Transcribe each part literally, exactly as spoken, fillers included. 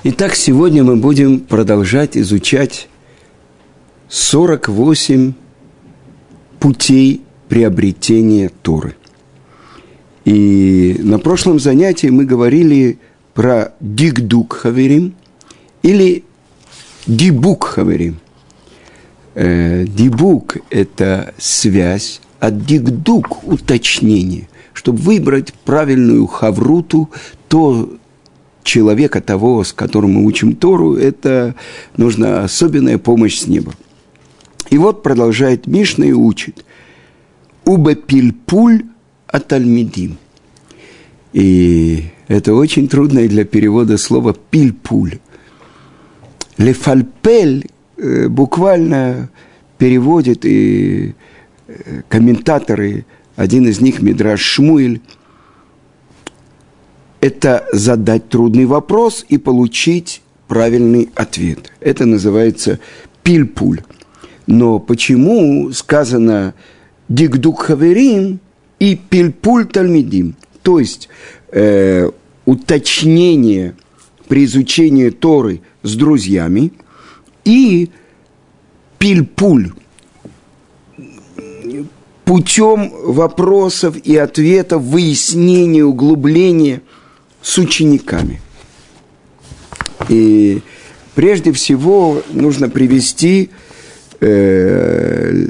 Итак, сегодня мы будем продолжать изучать сорок восемь путей приобретения Торы. И на прошлом занятии мы говорили про дикдук хаверим или дибук хаверим. Э, дибук – это связь, а дикдук – уточнение, чтобы выбрать правильную хавруту, то человека того, с которым мы учим Тору, это нужна особенная помощь с неба. И вот продолжает Мишна и учит. Уба пильпуль атальмидим. И это очень трудное для перевода слово пильпуль. Лефальпель буквально переводит и комментаторы, один из них Мидраш Шмуэль, это задать трудный вопрос и получить правильный ответ. Это называется пильпуль. Но почему сказано дикдук хаверим и пильпуль тальмидим? То есть э, уточнение при изучении Торы с друзьями и пильпуль путем вопросов и ответов, выяснения, углубления с учениками. И прежде всего нужно привести э,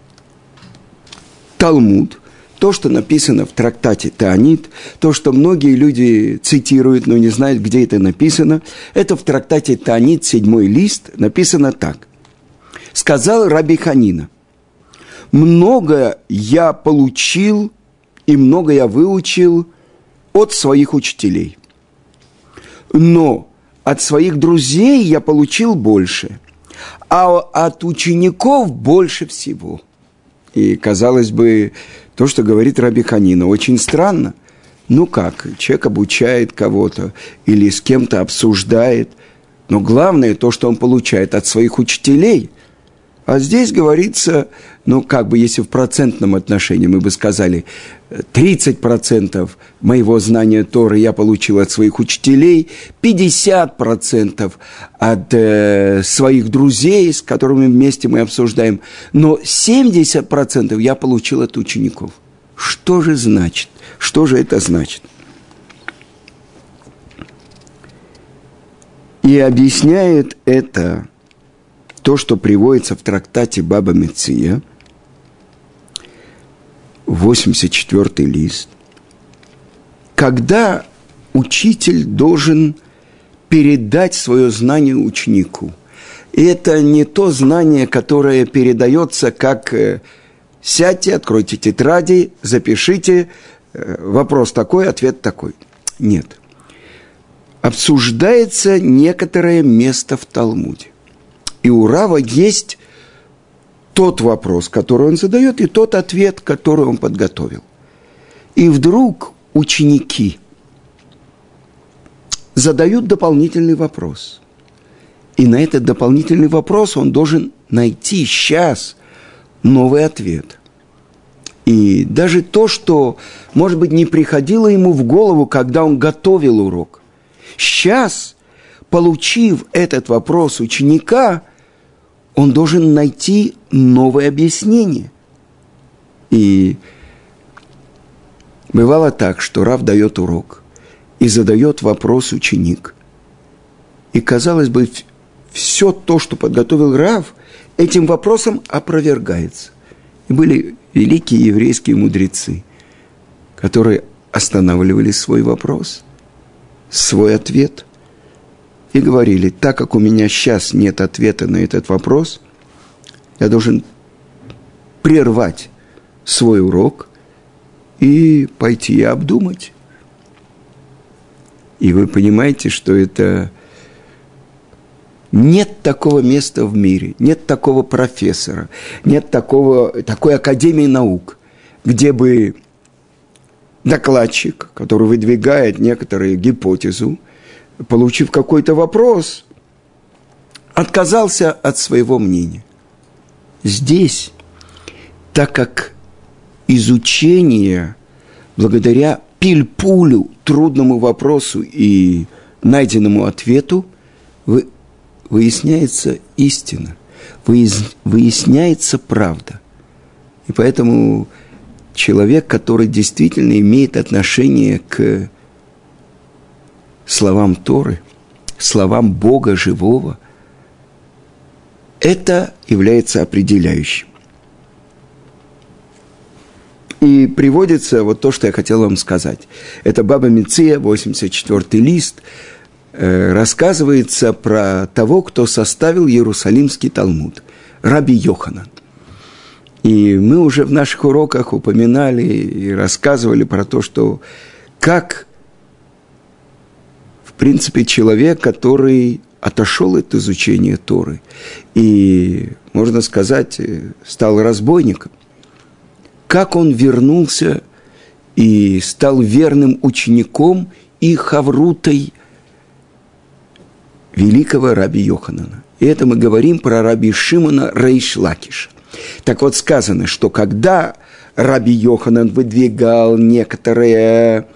Талмуд, то, что написано в трактате Таанит, то, что многие люди цитируют, но не знают, где это написано. Это в трактате Таанит, седьмой лист, написано так. Сказал Раби Ханина: много я получил и много я выучил от своих учителей. Но от своих друзей я получил больше, а от учеников больше всего. И, казалось бы, то, что говорит Раби Ханина, очень странно. Ну как, человек обучает кого-то или с кем-то обсуждает, но главное то, что он получает от своих учителей. А здесь говорится, ну, как бы, если в процентном отношении мы бы сказали, тридцать процентов моего знания Торы я получил от своих учителей, пятьдесят процентов от э, своих друзей, с которыми вместе мы обсуждаем, но семьдесят процентов я получил от учеников. Что же значит? Что же это значит? И объясняет это то, что приводится в трактате Баба Меция, восемьдесят четвёртый лист, когда учитель должен передать свое знание ученику. И это не то знание, которое передается как «сядьте, откройте тетради, запишите, вопрос такой, ответ такой». Нет. Обсуждается некоторое место в Талмуде. И у Рава есть тот вопрос, который он задает, и тот ответ, который он подготовил. И вдруг ученики задают дополнительный вопрос. И на этот дополнительный вопрос он должен найти сейчас новый ответ. И даже то, что, может быть, не приходило ему в голову, когда он готовил урок. Сейчас, получив этот вопрос ученика, он должен найти новое объяснение. И бывало так, что Рав дает урок и задает вопрос ученик. И, казалось бы, все то, что подготовил Рав, этим вопросом опровергается. И были великие еврейские мудрецы, которые останавливали свой вопрос, свой ответ – и говорили, так как у меня сейчас нет ответа на этот вопрос, я должен прервать свой урок и пойти и обдумать. И вы понимаете, что это нет такого места в мире, нет такого профессора, нет такого, такой академии наук, где бы докладчик, который выдвигает некоторую гипотезу, получив какой-то вопрос, отказался от своего мнения. Здесь, так как изучение благодаря пильпулю, трудному вопросу и найденному ответу, вы, выясняется истина, выяс, выясняется правда. И поэтому человек, который действительно имеет отношение к словам Торы, словам Бога живого, это является определяющим. И приводится вот то, что я хотел вам сказать. Это Баба Меция, восемьдесят четвёртый лист, э, рассказывается про того, кто составил Иерусалимский Талмуд, Раби Йоханан. И мы уже в наших уроках упоминали и рассказывали про то, что как, в принципе, человек, который отошел от изучения Торы и, можно сказать, стал разбойником, как он вернулся и стал верным учеником и хаврутой великого Раби Йоханана. И это мы говорим про Раби Шимона рейш Лакиша. Так вот сказано, что когда Раби Йоханан выдвигал некоторые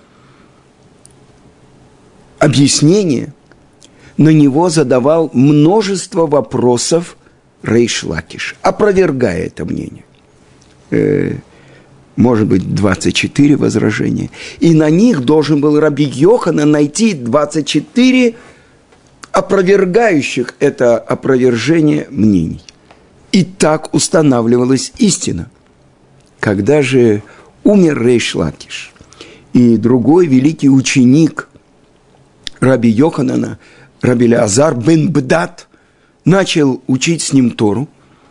объяснения, на него задавал множество вопросов рейш Лакиш, опровергая это мнение. Э, может быть, двадцать четыре возражения. И на них должен был Раби Йоханан найти двадцать четыре опровергающих это опровержение мнений. И так устанавливалась истина. Когда же умер рейш Лакиш, и другой великий ученик Раби Йоханана, Раби Элеазар бен Бдат, начал учить с ним Тору,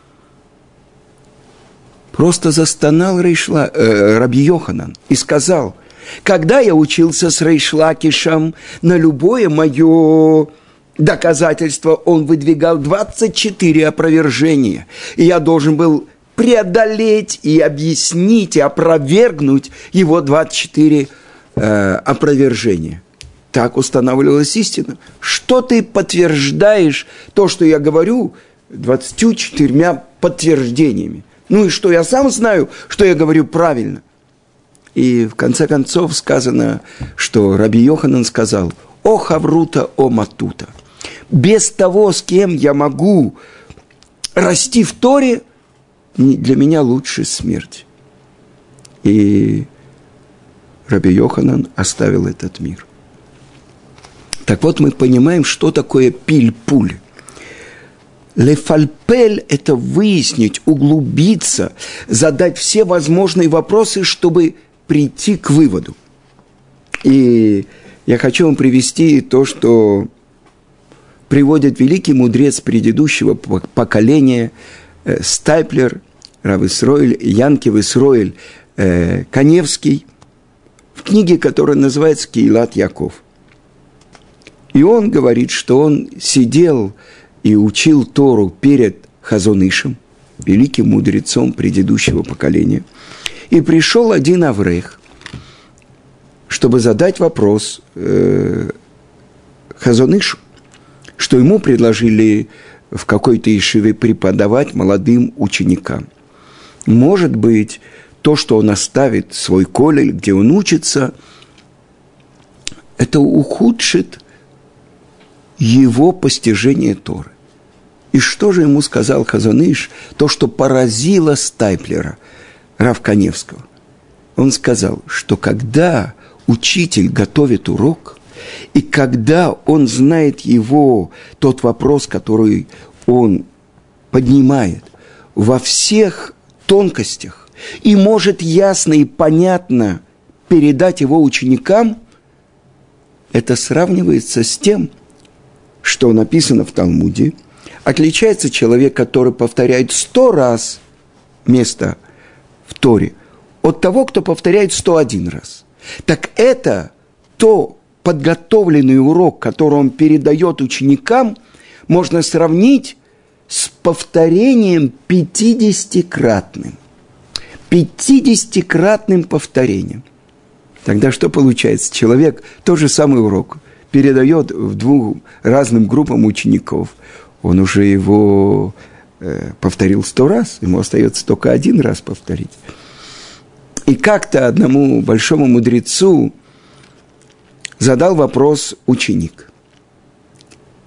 просто застонал рейш Ла, э, Раби Йоханан и сказал: когда я учился с рейш Лакишем, на любое мое доказательство он выдвигал двадцать четыре опровержения, и я должен был преодолеть и объяснить, и опровергнуть его двадцать четыре э, опровержения. Так устанавливалась истина. Что ты подтверждаешь то, что я говорю, двадцатью четырьмя подтверждениями? Ну и что, я сам знаю, что я говорю правильно. И в конце концов сказано, что Раби Йоханан сказал: «О хаврута, о матута». Без того, с кем я могу расти в Торе, для меня лучше смерть. И Раби Йоханан оставил этот мир. Так вот, мы понимаем, что такое пиль-пуль. Лефальпель – это выяснить, углубиться, задать все возможные вопросы, чтобы прийти к выводу. И я хочу вам привести то, что приводит великий мудрец предыдущего поколения э, Стайплер, Рав Исроэль, Янкив Исроэль э, Каневский, в книге, которая называется «Кеилат Яков». И он говорит, что он сидел и учил Тору перед Хазон Ишем, великим мудрецом предыдущего поколения, и пришел один аврех, чтобы задать вопрос э, Хазон Ишу, что ему предложили в какой-то ешиве преподавать молодым ученикам. Может быть, то, что он оставит свой колель, где он учится, это ухудшит его постижение Торы. И что же ему сказал Хазон Иш? То, что поразило Стайплера, Рав Каневского. Он сказал, что когда учитель готовит урок, и когда он знает его, тот вопрос, который он поднимает, во всех тонкостях, и может ясно и понятно передать его ученикам, это сравнивается с тем, что написано в Талмуде. Отличается человек, который повторяет сто раз место в Торе, от того, кто повторяет сто один раз. Так это то подготовленный урок, который он передает ученикам, можно сравнить с повторением пятидесятикратным. Пятидесятикратным повторением. Тогда что получается? Человек тот же самый урок передает в двум разным группам учеников. Он уже его э, повторил сто раз, ему остается только один раз повторить. И как-то одному большому мудрецу задал вопрос ученик.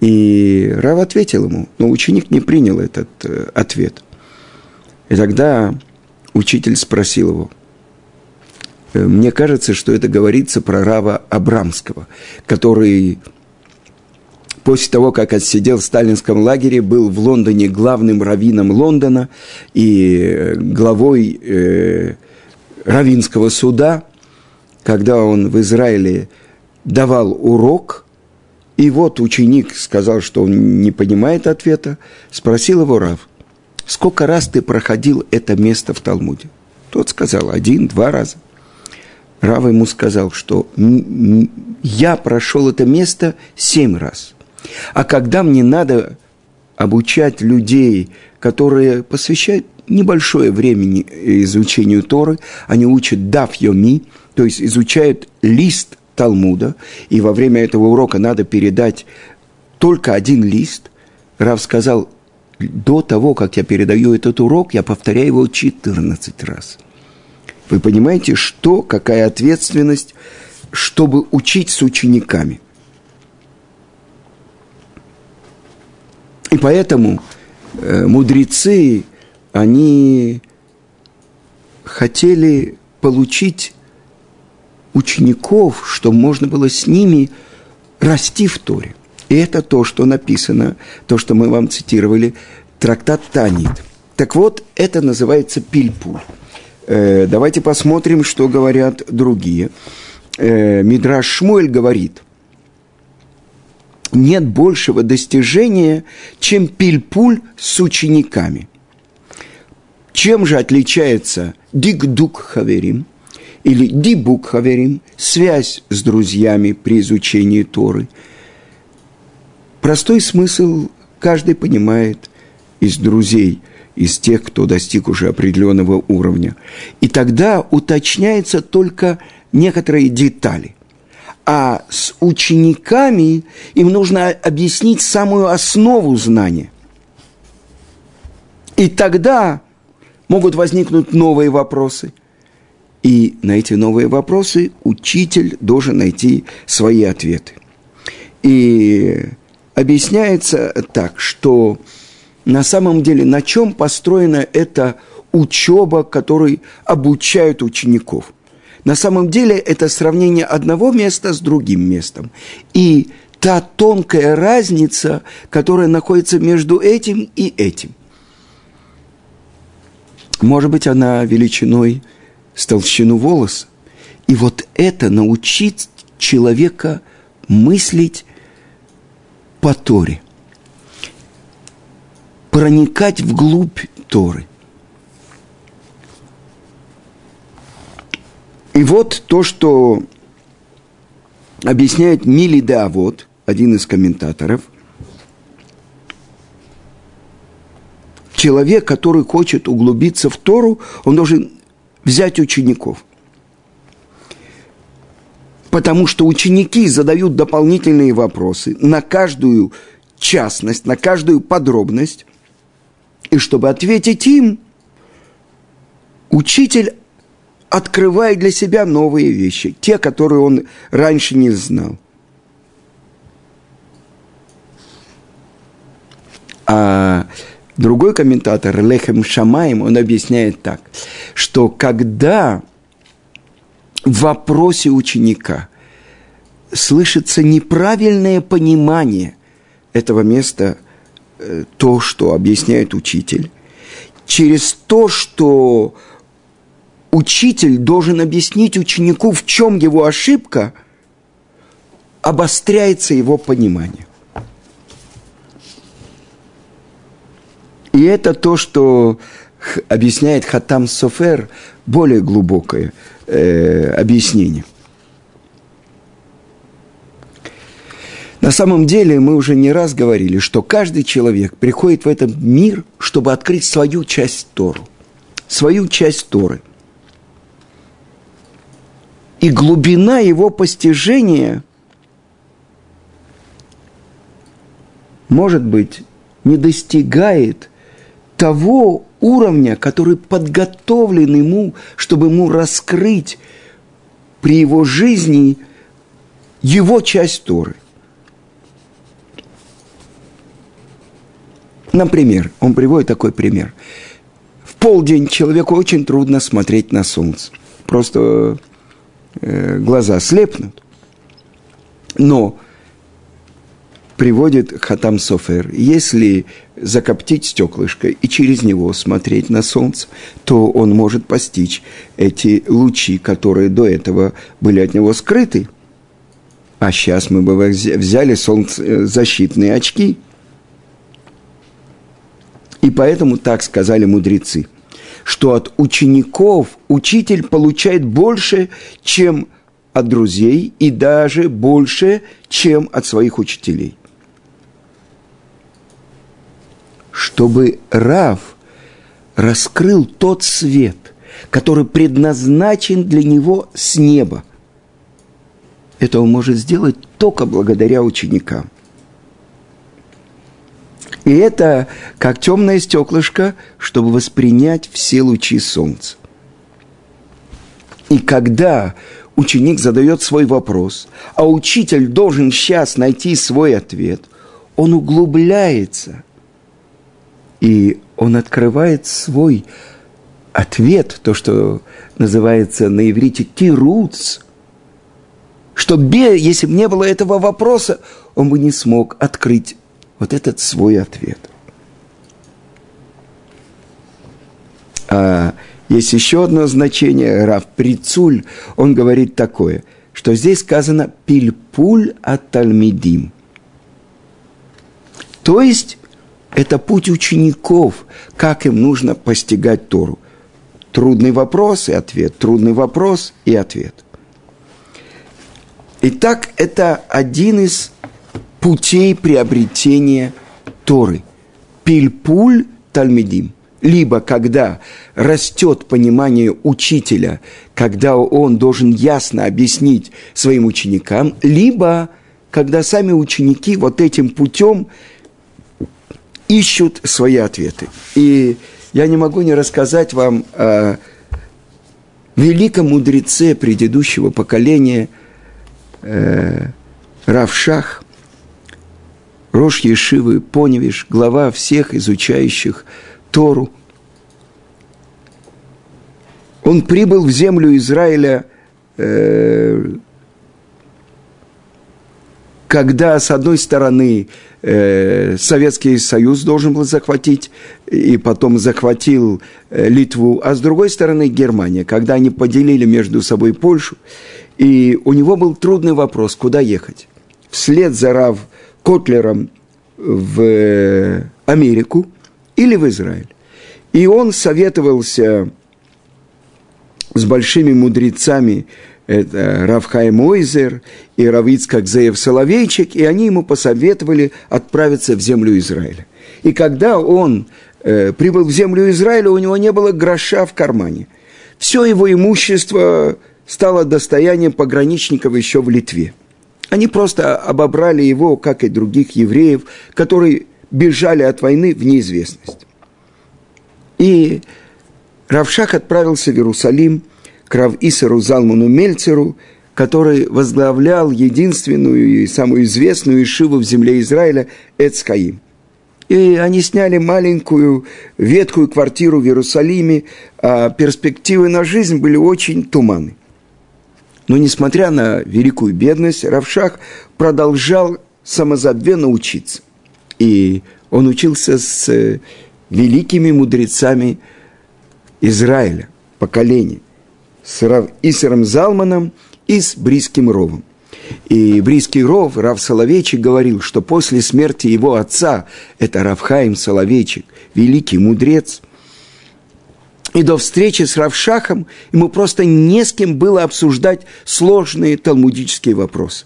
И Рав ответил ему, но ученик не принял этот э, ответ. И тогда учитель спросил его, мне кажется, что это говорится про Рава Абрамского, который после того, как отсидел в сталинском лагере, был в Лондоне главным раввином Лондона и главой э, раввинского суда, когда он в Израиле давал урок, и вот ученик сказал, что он не понимает ответа, спросил его Рав, сколько раз ты проходил это место в Талмуде? Тот сказал, один, два раза. Рав ему сказал, что я прошел это место семь раз. А когда мне надо обучать людей, которые посвящают небольшое время изучению Торы, они учат даф йоми, то есть изучают лист Талмуда, и во время этого урока надо передать только один лист. Рав сказал, до того, как я передаю этот урок, я повторяю его четырнадцать раз. Вы понимаете, что, какая ответственность, чтобы учить с учениками. И поэтому э, мудрецы, они хотели получить учеников, чтобы можно было с ними расти в Торе. И это то, что написано, то, что мы вам цитировали, трактат Таанит. Так вот, это называется пильпуль. Э, давайте посмотрим, что говорят другие. Э, Мидраш Шмуэль говорит, нет большего достижения, чем пильпуль с учениками. Чем же отличается дикдук хаверим или дибук хаверим, связь с друзьями при изучении Торы? Простой смысл каждый понимает из друзей, из тех, кто достиг уже определенного уровня. И тогда уточняются только некоторые детали. А с учениками им нужно объяснить самую основу знания. И тогда могут возникнуть новые вопросы. И на эти новые вопросы учитель должен найти свои ответы. И объясняется так, что на самом деле на чем построена эта учеба, которой обучают учеников? На самом деле это сравнение одного места с другим местом. И та тонкая разница, которая находится между этим и этим. Может быть, она величиной с толщину волоса. И вот это научит человека мыслить по Торе. Проникать вглубь Торы. И вот то, что объясняет Мили де Авот, один из комментаторов. Человек, который хочет углубиться в Тору, он должен взять учеников. Потому что ученики задают дополнительные вопросы на каждую частность, на каждую подробность. И чтобы ответить им, учитель открывает для себя новые вещи, те, которые он раньше не знал. А другой комментатор, Лехем Шамаим, он объясняет так, что когда в вопросе ученика слышится неправильное понимание этого места, то, что объясняет учитель, через то, что учитель должен объяснить ученику, в чем его ошибка, обостряется его понимание. И это то, что объясняет Хатам Софер, более глубокое э, объяснение. На самом деле, мы уже не раз говорили, что каждый человек приходит в этот мир, чтобы открыть свою часть Торы. Свою часть Торы. И глубина его постижения, может быть, не достигает того уровня, который подготовлен ему, чтобы ему раскрыть при его жизни его часть Торы. Например, он приводит такой пример. В полдень человеку очень трудно смотреть на солнце. Просто э, глаза слепнут. Но приводит Хатам Софер, если закоптить стеклышко и через него смотреть на солнце, то он может постичь эти лучи, которые до этого были от него скрыты. А сейчас мы бы взяли солнцезащитные очки. И поэтому так сказали мудрецы, что от учеников учитель получает больше, чем от друзей, и даже больше, чем от своих учителей. Чтобы Рав раскрыл тот свет, который предназначен для него с неба. Это он может сделать только благодаря ученикам. И это как темное стеклышко, чтобы воспринять все лучи солнца. И когда ученик задает свой вопрос, а учитель должен сейчас найти свой ответ, он углубляется, и он открывает свой ответ, то, что называется на иврите «тируц», что если бы не было этого вопроса, он бы не смог открыть вот этот свой ответ. А есть еще одно значение, Рав Прицуль, он говорит такое, что здесь сказано «пильпуль ат-талмидим». То есть, это путь учеников, как им нужно постигать Тору. Трудный вопрос и ответ, трудный вопрос и ответ. Итак, это один из путей приобретения Торы. Пильпуль талмидим. Либо когда растет понимание учителя, когда он должен ясно объяснить своим ученикам, либо когда сами ученики вот этим путем ищут свои ответы. И я не могу не рассказать вам о великом мудреце предыдущего поколения, э, Рав Шах, рош ешивы Поневиш, глава всех изучающих Тору. Он прибыл в землю Израиля, э, когда, с одной стороны, э, Советский Союз должен был захватить, и потом захватил э, Литву, а с другой стороны Германия, когда они поделили между собой Польшу, и у него был трудный вопрос, куда ехать. Вслед за Рав Котлером в Америку или в Израиль. И он советовался с большими мудрецами, это Рав Хаим Ойзер и Рав Ицхак Зеев Соловейчик, и они ему посоветовали отправиться в землю Израиля. И когда он э, прибыл в землю Израиля, у него не было гроша в кармане. Все его имущество стало достоянием пограничников еще в Литве. Они просто обобрали его, как и других евреев, которые бежали от войны в неизвестность. И Рав Шах отправился в Иерусалим к Рав Исару Залману Мельцеру, который возглавлял единственную и самую известную ешиву в земле Израиля Эц Хаим. И они сняли маленькую ветхую квартиру в Иерусалиме, а перспективы на жизнь были очень туманны. Но, несмотря на великую бедность, Рав Шах продолжал самозабвенно учиться. И он учился с великими мудрецами Израиля, поколения, с Рав Исаром Залманом и с Брийским Ровом. И Брийский Ров, Рав Соловейчик, говорил, что после смерти его отца, это Рав Хаим Соловейчик, великий мудрец, и до встречи с Рав Шахом ему просто не с кем было обсуждать сложные талмудические вопросы.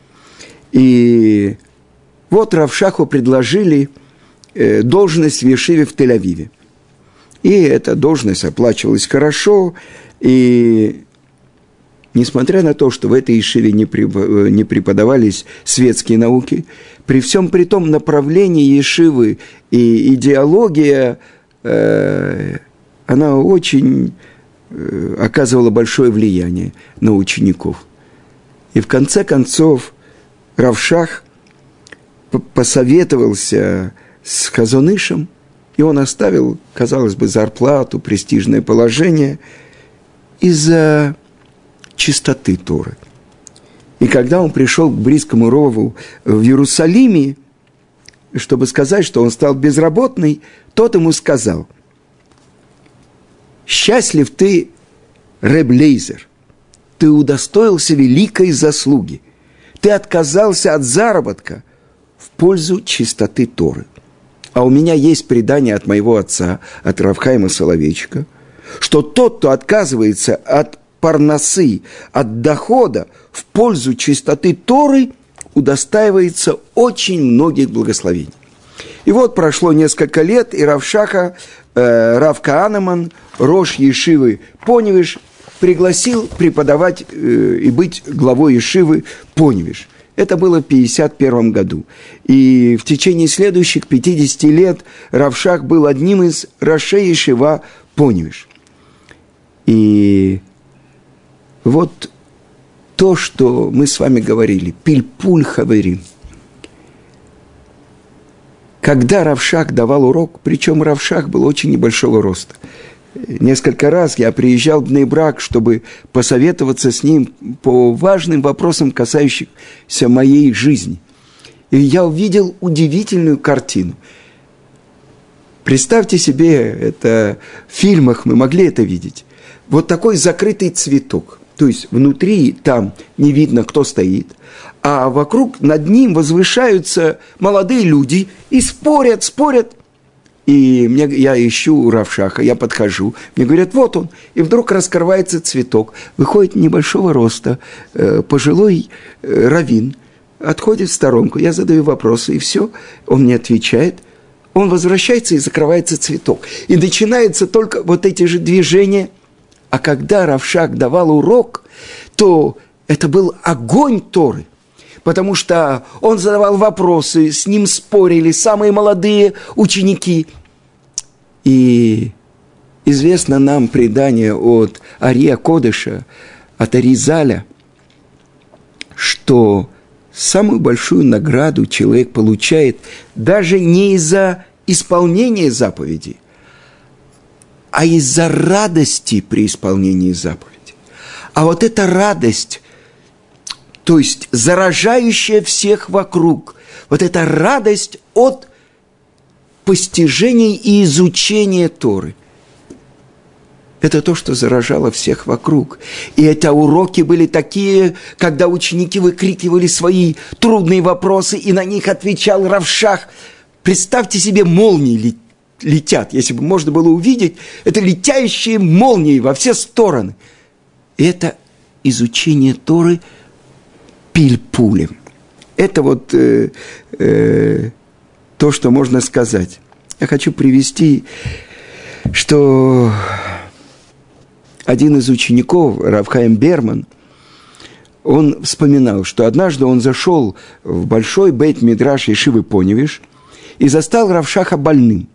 И вот Рав Шаху предложили э, должность в ешиве в Тель-Авиве. И эта должность оплачивалась хорошо, и несмотря на то, что в этой ешиве не преподавались светские науки, при всем при том направлении ешивы и идеология, э, она очень э, оказывала большое влияние на учеников. И в конце концов Рав Шах посоветовался с Хазон Ишем, и он оставил, казалось бы, зарплату, престижное положение из-за чистоты Торы. И когда он пришел к близкому рову в Иерусалиме, чтобы сказать, что он стал безработный, тот ему сказал: «Счастлив ты, Реб Лейзер, ты удостоился великой заслуги, ты отказался от заработка в пользу чистоты Торы. А у меня есть предание от моего отца, от Рав Хаима Соловейчика, что тот, кто отказывается от парносы, от дохода в пользу чистоты Торы, удостаивается очень многих благословений». И вот прошло несколько лет, и Рав Шаха, э, Рав Каанеман, рош Ешивы Поневиш, пригласил преподавать э, и быть главой Ешивы Поневиш. Это было в пятьдесят первом году. И в течение следующих пятидесяти лет Рав Шах был одним из рашей Ешива Поневиш. И вот то, что мы с вами говорили, пильпуль хаверим. Когда Рав Шах давал урок, причем Рав Шах был очень небольшого роста. Несколько раз я приезжал в Бней Брак, чтобы посоветоваться с ним по важным вопросам, касающимся моей жизни. И я увидел удивительную картину. Представьте себе, это в фильмах мы могли это видеть. Вот такой закрытый цветок. То есть внутри там не видно, кто стоит, а вокруг над ним возвышаются молодые люди и спорят, спорят. И мне, я ищу Рав Шаха, я подхожу, мне говорят: вот он. И вдруг раскрывается цветок, выходит небольшого роста, э, пожилой э, раввин, отходит в сторонку, я задаю вопросы, и все, он мне отвечает, он возвращается, и закрывается цветок. И начинаются только вот эти же движения. А когда Рав Шах давал урок, то это был огонь Торы, потому что он задавал вопросы, с ним спорили самые молодые ученики. И известно нам предание от Ария Кодыша, от Аризаля, что самую большую награду человек получает даже не из-за исполнения заповедей, а из-за радости при исполнении заповеди. А вот эта радость, то есть заражающая всех вокруг, вот эта радость от постижения и изучения Торы, это то, что заражало всех вокруг. И эти уроки были такие, когда ученики выкрикивали свои трудные вопросы, и на них отвечал Рав Шах. Представьте себе, молнии летят, если бы можно было увидеть, это летящие молнии во все стороны. И это изучение Торы пильпулем. Это вот э, э, то, что можно сказать. Я хочу привести, что один из учеников, Рав Хаим Берман, он вспоминал, что однажды он зашел в большой бейт-мидраш Ешивы Поневиш и застал Рав Шаха больным.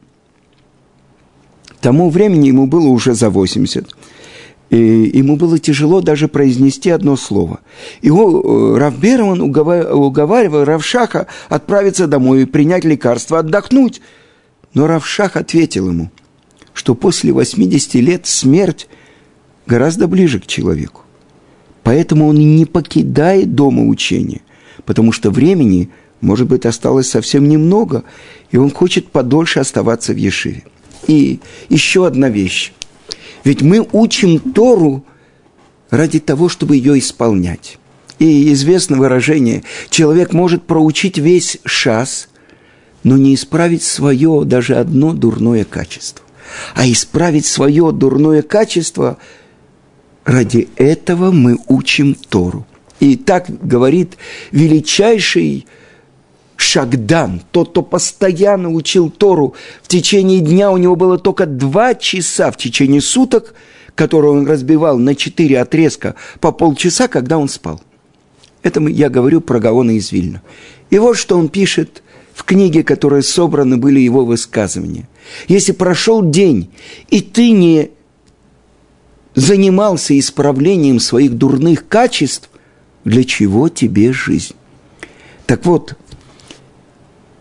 К тому времени ему было уже за восемьдесят. И ему было тяжело даже произнести одно слово. И Рав Берман уговаривал Рав Шаха отправиться домой и принять лекарство, отдохнуть. Но Рав Шах ответил ему, что после восьмидесяти лет смерть гораздо ближе к человеку. Поэтому он и не покидает дома учения, потому что времени, может быть, осталось совсем немного, и он хочет подольше оставаться в Ешиве. И еще одна вещь. Ведь мы учим Тору ради того, чтобы ее исполнять. И известно выражение: человек может проучить весь шас, но не исправить свое даже одно дурное качество. А исправить свое дурное качество, ради этого мы учим Тору. И так говорит величайший Шагдан, тот, кто постоянно учил Тору. В течение дня у него было только два часа в течение суток, которые он разбивал на четыре отрезка по полчаса, когда он спал. Это я говорю про Гаона из Вильна. И вот что он пишет в книге, в которой собраны были его высказывания. Если прошел день, и ты не занимался исправлением своих дурных качеств, для чего тебе жизнь? Так вот,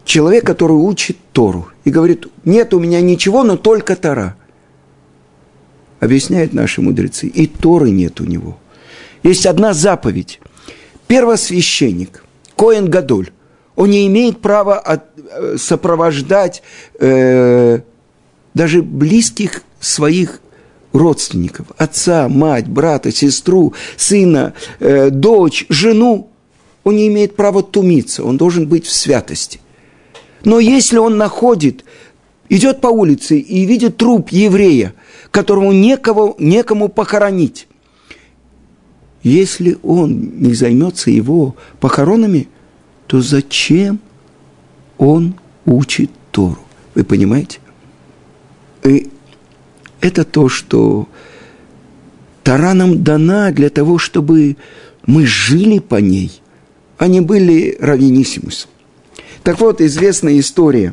человек, который учит Тору и говорит, нет у меня ничего, но только Тора. Объясняют наши мудрецы, и Торы нет у него. Есть одна заповедь. Первосвященник, Коэн Гадоль, он не имеет права от, сопровождать э, даже близких своих родственников, отца, мать, брата, сестру, сына, э, дочь, жену. Он не имеет права тумиться, он должен быть в святости. Но если он находит, идет по улице и видит труп еврея, которому некого, некому похоронить, если он не займется его похоронами, то зачем он учит Тору? Вы понимаете? И это то, что Тора нам дана для того, чтобы мы жили по ней, а не были раввиниссимусом. Так вот, известная история.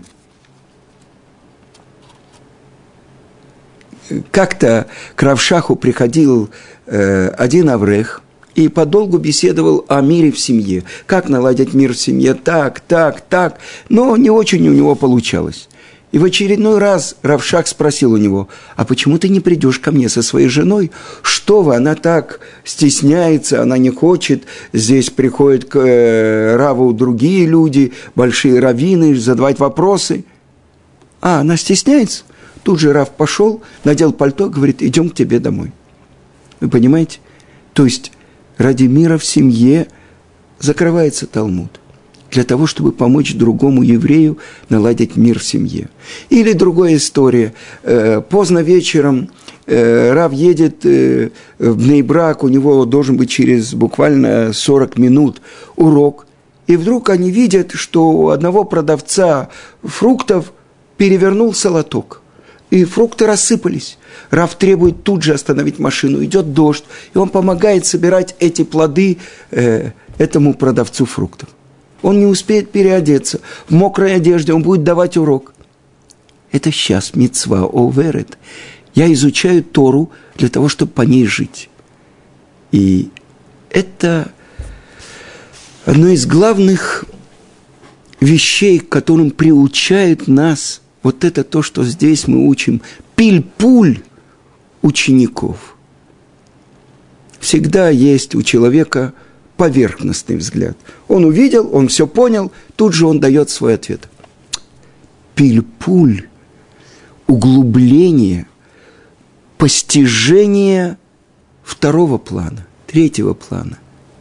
Как-то к Рав Шаху приходил э, один аврех и подолгу беседовал о мире в семье. Как наладить мир в семье? Так, так, так. Но не очень у него получалось. И в очередной раз Рав Шах спросил у него, а почему ты не придешь ко мне со своей женой? Что вы, она так стесняется, она не хочет. Здесь приходят к э, Раву другие люди, большие раввины, задавать вопросы. А, она стесняется? Тут же Рав пошел, надел пальто, говорит, идем к тебе домой. Вы понимаете? То есть ради мира в семье закрывается Талмуд. Для того, чтобы помочь другому еврею наладить мир в семье. Или другая история. Поздно вечером Рав едет в Бней-Брак, у него должен быть через буквально сорок минут урок. И вдруг они видят, что у одного продавца фруктов перевернулся лоток. И фрукты рассыпались. Рав требует тут же остановить машину. Идет дождь, и он помогает собирать эти плоды э, этому продавцу фруктов. Он не успеет переодеться. В мокрой одежде он будет давать урок. Это сейчас мицва оверет. Я изучаю Тору для того, чтобы по ней жить. И это одно из главных вещей, к которым приучает нас. Вот это то, что здесь мы учим. Пиль-пуль учеников. Всегда есть у человека поверхностный взгляд. Он увидел, он все понял, тут же он дает свой ответ. Пиль-пуль, углубление, постижение второго плана, третьего плана.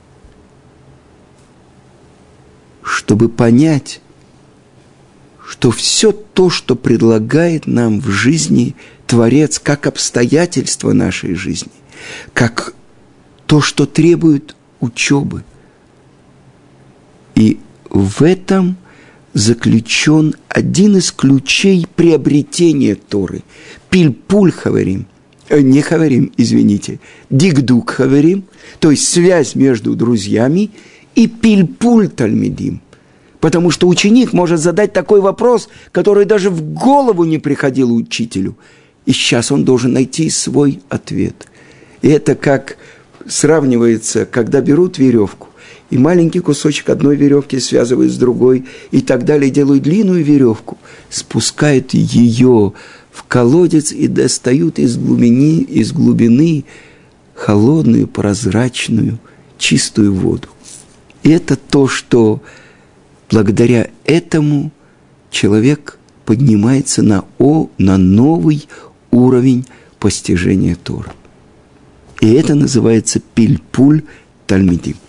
Чтобы понять, что все то, что предлагает нам в жизни Творец, как обстоятельства нашей жизни, как то, что требует учебы. И в этом заключен один из ключей приобретения Торы. Пиль-пуль хаварим, э, не хаварим, извините, дигдук хаварим, то есть связь между друзьями, и пиль-пуль тальмидим. Потому что ученик может задать такой вопрос, который даже в голову не приходил учителю. И сейчас он должен найти свой ответ. И это как сравнивается, когда берут веревку, и маленький кусочек одной веревки связывают с другой, и так далее, делают длинную веревку, спускают ее в колодец и достают из глубины, из глубины холодную, прозрачную, чистую воду. И это то, что благодаря этому человек поднимается на, о, на новый уровень постижения Торы. И это называется пиль-пуль тальмидим.